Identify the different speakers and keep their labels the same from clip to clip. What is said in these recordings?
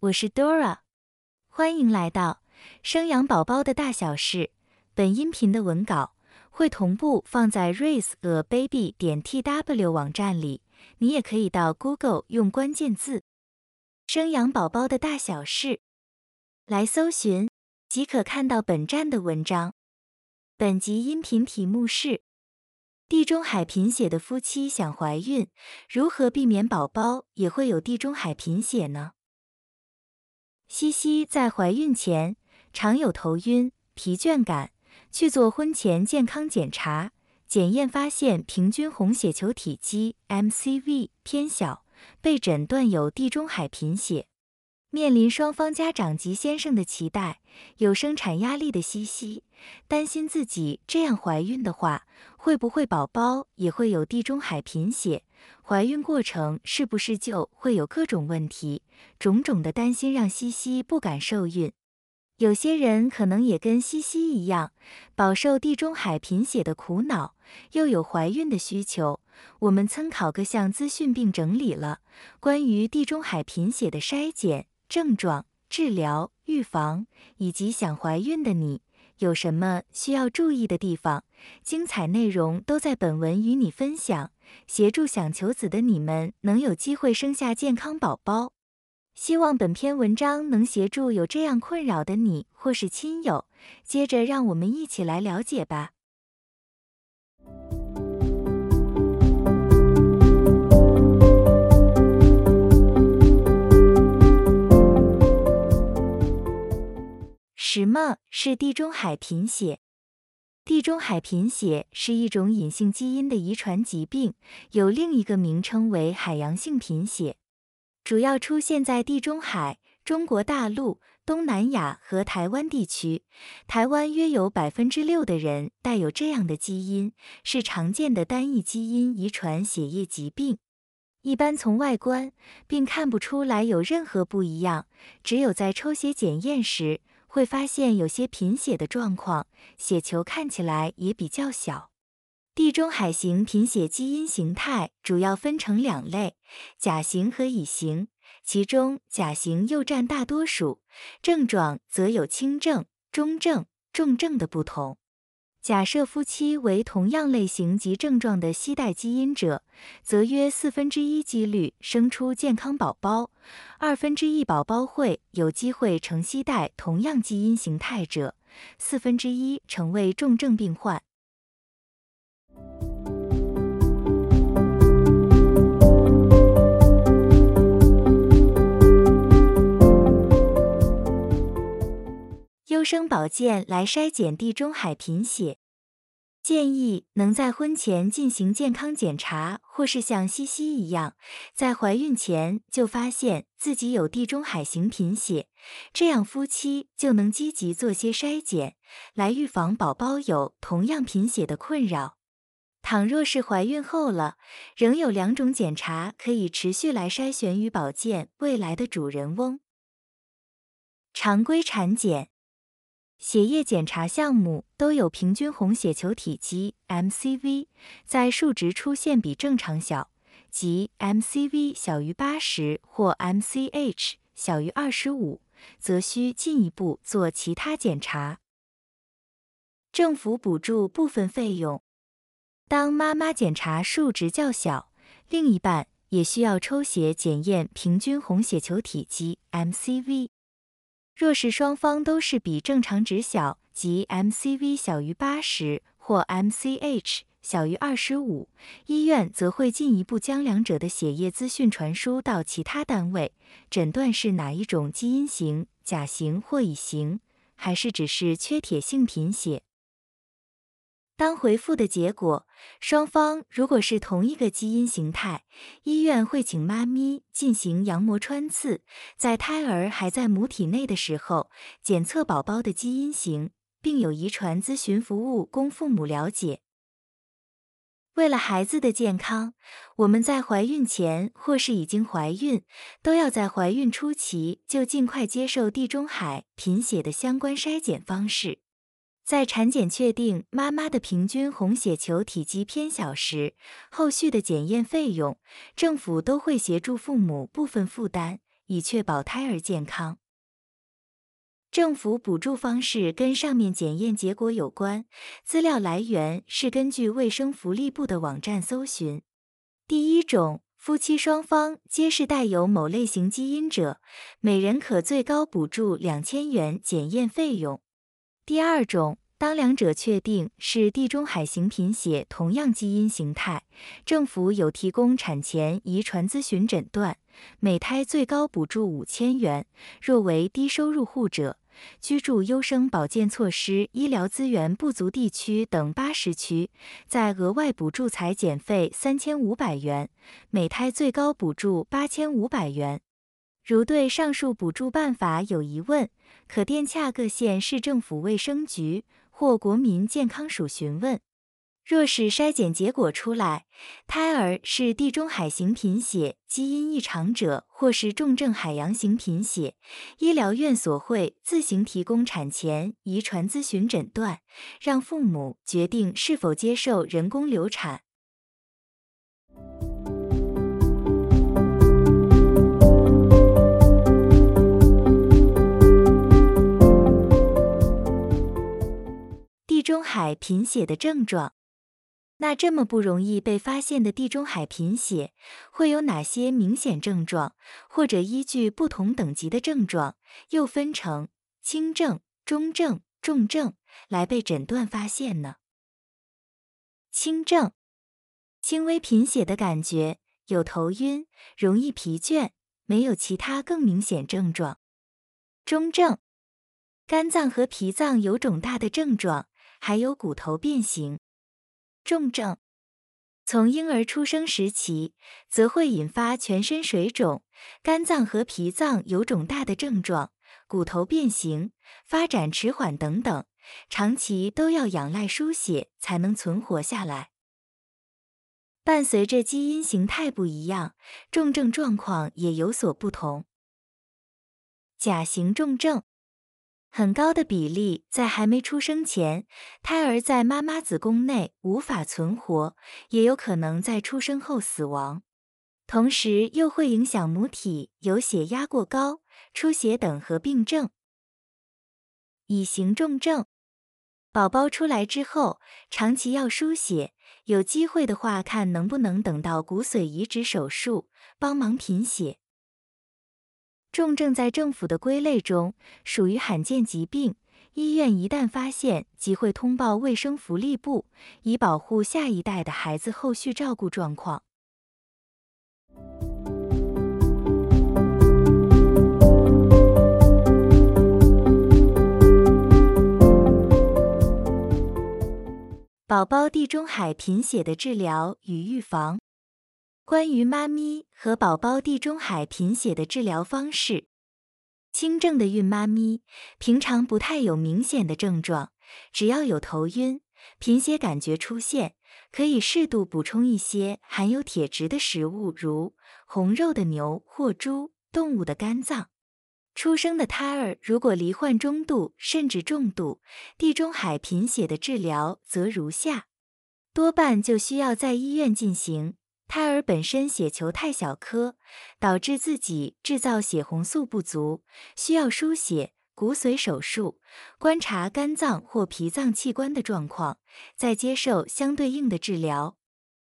Speaker 1: 我是 Dora， 欢迎来到生养宝宝的大小事。本音频的文稿会同步放在 raiseababy.tw 网站里，你也可以到 Google 用关键字生养宝宝的大小事来搜寻，即可看到本站的文章。本集音频题目是地中海贫血的夫妻想怀孕，如何避免宝宝也会有地中海贫血呢？西西在怀孕前常有头晕、疲倦感，去做婚前健康检查，检验发现平均红血球体积 MCV 偏小，被诊断有地中海贫血。面临双方家长及先生的期待，有生产压力的西西，担心自己这样怀孕的话，会不会宝宝也会有地中海贫血？怀孕过程是不是就会有各种问题？种种的担心让西西不敢受孕。有些人可能也跟西西一样，饱受地中海贫血的苦恼，又有怀孕的需求。我们参考各项资讯并整理了关于地中海贫血的筛检、症状、治疗、预防，以及想怀孕的你有什么需要注意的地方。精彩内容都在本文与你分享，协助想求子的你们能有机会生下健康宝宝。希望本篇文章能协助有这样困扰的你或是亲友。接着让我们一起来了解吧。什么是地中海贫血？地中海贫血是一种隐性基因的遗传疾病，有另一个名称为海洋性贫血，主要出现在地中海、中国大陆、东南亚和台湾地区。台湾约有 6% 的人带有这样的基因，是常见的单一基因遗传血液疾病。一般从外观并看不出来有任何不一样，只有在抽血检验时会发现有些贫血的状况，血球看起来也比较小。地中海型贫血基因形态主要分成两类，甲型和乙型，其中甲型又占大多数，症状则有轻症、中症、重症的不同。假设夫妻为同样类型及症状的携带基因者，则约1/4几率生出健康宝宝，1/2宝宝会有机会呈携带同样基因形态者，1/4成为重症病患。优生保健来筛检地中海贫血，建议能在婚前进行健康检查，或是像西西一样，在怀孕前就发现自己有地中海型贫血，这样夫妻就能积极做些筛检，来预防宝宝有同样贫血的困扰。倘若是怀孕后了，仍有2种检查可以持续来筛选与保健未来的主人翁。常规产检，血液检查项目都有平均红血球体积 MCV 在数值出现比正常小，即 MCV 小于80或 MCH 小于25，则需进一步做其他检查。政府补助部分费用，当妈妈检查数值较小，另一半也需要抽血检验平均红血球体积 MCV。若是双方都是比正常值小，即 MCV 小于80或 MCH 小于25，医院则会进一步将两者的血液资讯传输到其他单位，诊断是哪一种基因型，甲型或乙型，还是只是缺铁性贫血。当回复的结果，双方如果是同一个基因形态，医院会请妈咪进行羊膜穿刺，在胎儿还在母体内的时候，检测宝宝的基因型，并有遗传咨询服务供父母了解。为了孩子的健康，我们在怀孕前或是已经怀孕，都要在怀孕初期就尽快接受地中海贫血的相关筛检方式。在产检确定妈妈的平均红血球体积偏小时，后续的检验费用，政府都会协助父母部分负担， 以确保胎儿健康。政府补助方式跟上面检验结果有关，资料来源是根据卫生福利部的网站搜寻。第一种，夫妻双方皆是带有某类型基因者，每人可最高补助2000元检验费用。第二种，当两者确定是地中海型贫血同样基因形态，政府有提供产前遗传咨询诊断，每胎最高补助5000元，若为低收入户者，居住优生保健措施医疗资源不足地区等80区，再额外补助裁剪费3500元，每胎最高补助8500元。如对上述补助办法有疑问，可电洽各县市政府卫生局或国民健康署询问。若是筛检结果出来，胎儿是地中海型贫血基因异常者或是重症海洋型贫血，医疗院所会自行提供产前遗传咨询诊断，让父母决定是否接受人工流产。地中海贫血的症状。那这么不容易被发现的地中海贫血，会有哪些明显症状，或者依据不同等级的症状，又分成轻症、中症、重症来被诊断发现呢？轻症，轻微贫血的感觉，有头晕，容易疲倦，没有其他更明显症状。中症，肝脏和脾脏有肿大的症状，还有骨头变形。重症，从婴儿出生时起，则会引发全身水肿，肝脏和脾脏有肿大的症状，骨头变形，发展迟缓等等，长期都要仰赖输血才能存活下来。伴随着基因形态不一样，重症状况也有所不同。甲型重症，很高的比例在还没出生前，胎儿在妈妈子宫内无法存活，也有可能在出生后死亡。同时又会影响母体有血压过高、出血等合并症。乙型重症，宝宝出来之后，长期要输血，有机会的话看能不能等到骨髓移植手术，帮忙贫血。重症在政府的归类中属于罕见疾病，医院一旦发现即会通报卫生福利部，以保护下一代的孩子后续照顾状况。宝宝地中海贫血的治疗与预防。关于妈咪和宝宝地中海贫血的治疗方式，轻症的孕妈咪平常不太有明显的症状，只要有头晕、贫血感觉出现，可以适度补充一些含有铁质的食物，如红肉的牛或猪、动物的肝脏。出生的胎儿如果罹患中度甚至重度地中海贫血的治疗则如下，多半就需要在医院进行。胎儿本身血球太小颗，导致自己制造血红素不足，需要输血、骨髓手术，观察肝脏或脾脏器官的状况，再接受相对应的治疗。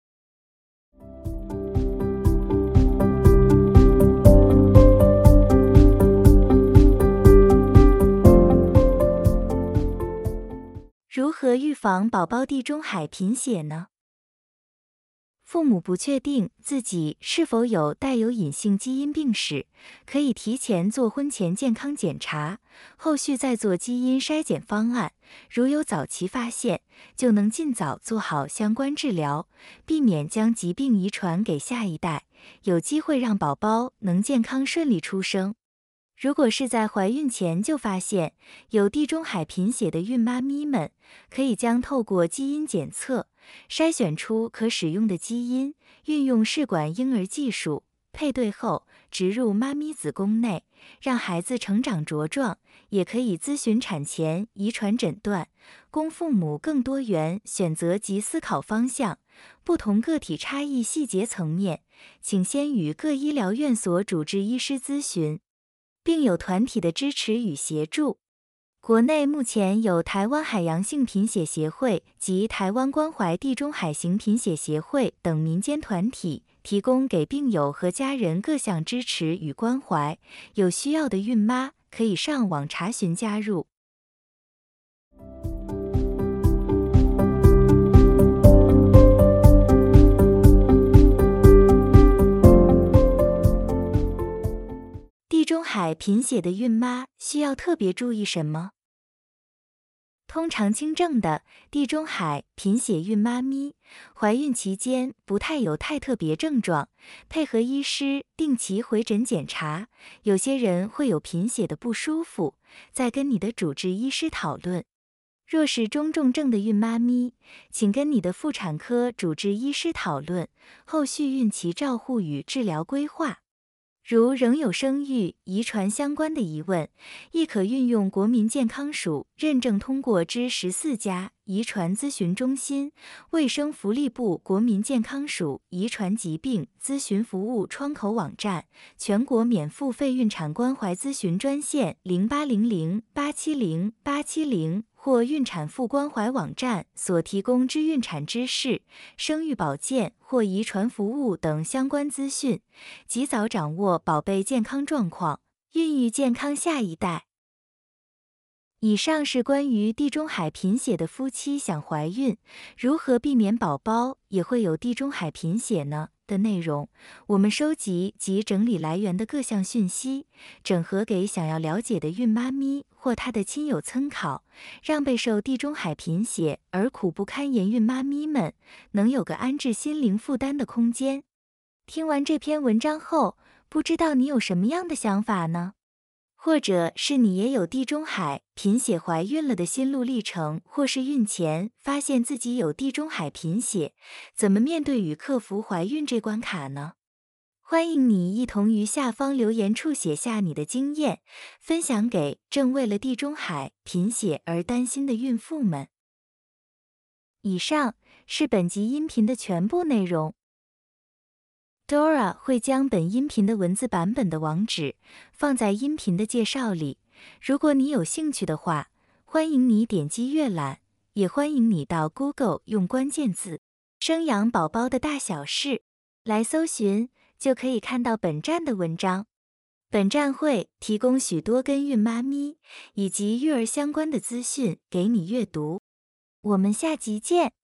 Speaker 1: 如何预防宝宝地中海贫血呢？父母不确定自己是否有带有隐性基因病史，可以提前做婚前健康检查，后续再做基因筛检方案。如有早期发现，就能尽早做好相关治疗，避免将疾病遗传给下一代，有机会让宝宝能健康顺利出生。如果是在怀孕前就发现有地中海贫血的孕妈咪们，可以将透过基因检测筛选出可使用的基因，运用试管婴儿技术配对后植入妈咪子宫内，让孩子成长茁壮，也可以咨询产前遗传诊断，供父母更多元选择及思考方向。不同个体差异细节层面，请先与各医疗院所主治医师咨询，并有团体的支持与协助。国内目前有台湾海洋性贫血协会及台湾关怀地中海型贫血协会等民间团体，提供给病友和家人各项支持与关怀。有需要的孕妈可以上网查询加入。地中海贫血的孕妈需要特别注意什么？通常轻症的地中海贫血孕妈咪，怀孕期间不太有特别症状，配合医师定期回诊检查。有些人会有贫血的不舒服，再跟你的主治医师讨论。若是中重症的孕妈咪，请跟你的妇产科主治医师讨论后续孕期照护与治疗规划。如仍有生育、遗传相关的疑问，亦可运用国民健康署认证通过之14家遗传咨询中心、卫生福利部国民健康署遗传疾病咨询服务窗口网站、全国免付费孕产关怀咨询专线0800870870或孕产妇关怀网站所提供之孕产知识、生育保健或遗传服务等相关资讯，及早掌握宝贝健康状况，孕育健康下一代。以上是关于地中海贫血的夫妻想怀孕，如何避免宝宝也会有地中海贫血呢的内容。我们收集及整理来源的各项讯息，整合给想要了解的孕妈咪或她的亲友参考，让备受地中海贫血而苦不堪言孕妈咪们能有个安置心灵负担的空间。听完这篇文章后，不知道你有什么样的想法呢？或者是你也有地中海贫血怀孕了的心路历程，或是孕前发现自己有地中海贫血，怎么面对与克服怀孕这关卡呢？欢迎你一同于下方留言处写下你的经验，分享给正为了地中海贫血而担心的孕妇们。以上是本集音频的全部内容。Dora 会将本音频的文字版本的网址放在音频的介绍里，如果你有兴趣的话，欢迎你点击阅览，也欢迎你到 Google 用关键字“生养宝宝的大小事”来搜寻，就可以看到本站的文章。本站会提供许多跟孕妈咪以及育儿相关的资讯给你阅读。我们下集见。